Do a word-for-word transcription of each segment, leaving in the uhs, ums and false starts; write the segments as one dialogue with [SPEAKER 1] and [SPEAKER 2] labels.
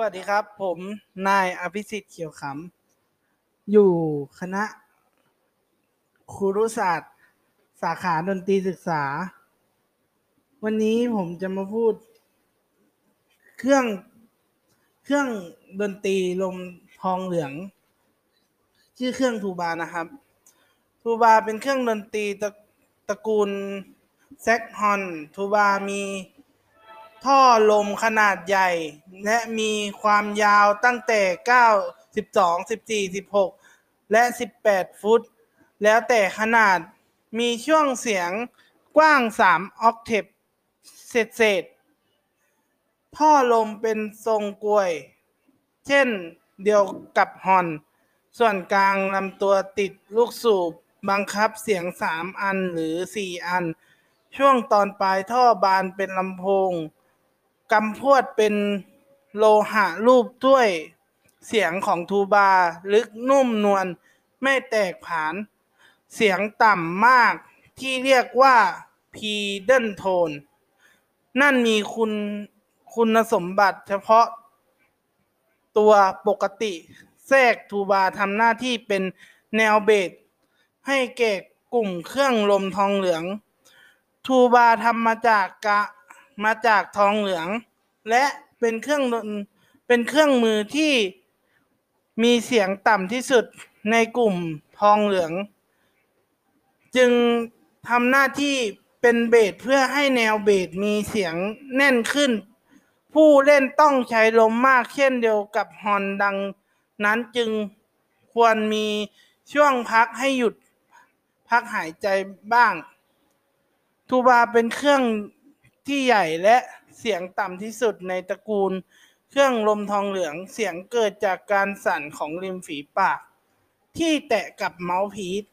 [SPEAKER 1] วัสดีครับผมนายอภิสิทธิ์เขียวขำอยู่คณะครุศาสตร์สาขาดนตรีศึกษา วันนี้ผมจะมาพูดเครื่องเครื่องดนตรีลมทองเหลืองชื่อเครื่องทูบานะครับทูบาเป็นเครื่องดนตรีตระตระกูลแซกฮอนทูบามีท่อลมขนาดใหญ่และมีความยาวตั้งแต่เก้า สิบสอง สิบสี่ สิบหกและสิบแปดฟุตแล้วแต่ขนาดมีช่วงเสียงกว้างสามออกเทปเศษๆท่อลมเป็นทรงกลวยเช่นเดียวกับฮอร์นส่วนกลางลำตัวติดลูกสูบบังคับเสียงสามอันหรือสี่อันช่วงตอนปลายท่อบานเป็นลำโพงกำพวดเป็นโลหะรูปถ้วยเสียงของทูบาลึกนุ่มนวลไม่แตกผานเสียงต่ำมากที่เรียกว่าพีเดิลโทนนั่นมีคุณคุณสมบัติเฉพาะตัวปกติแทรกทูบาทำหน้าที่เป็นแนวเบสให้แก่กลุ่มเครื่องลมทองเหลืองทูบาทำมาจากกะมาจากทองเหลืองและเป็นเครื่องเป็นเครื่องมือที่มีเสียงต่ำที่สุดในกลุ่มทองเหลืองจึงทำหน้าที่เป็นเบสเพื่อให้แนวเบสมีเสียงแน่นขึ้นผู้เล่นต้องใช้ลมมากเช่นเดียวกับฮอร์นดังนั้นจึงควรมีช่วงพักให้หยุดพักหายใจบ้างทูบาเป็นเครื่องที่ใหญ่และเสียงต่ำที่สุดในตระกูลเครื่องลมทองเหลืองเสียงเกิดจากการสั่นของริมฝีปากที่แตะกับเมาส์พีซ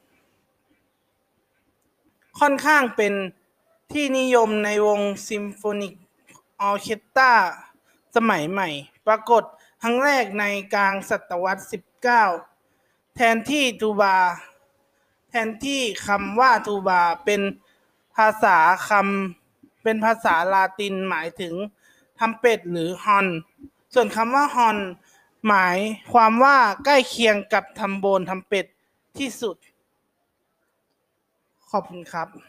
[SPEAKER 1] ค่อนข้างเป็นที่นิยมในวงซิมโฟนิกออร์เคสตราสมัยใหม่ปรากฏครั้งแรกในกลางศตวรรษที่สิบเก้าแทนที่ทูบาแทนที่คำว่าทูบาเป็นภาษาคำเป็นภาษาลาตินหมายถึงทำเป็ดหรือฮอนส่วนคำว่าฮอนหมายความว่าใกล้เคียงกับทำโบนทำเป็ดที่สุดขอบคุณครับ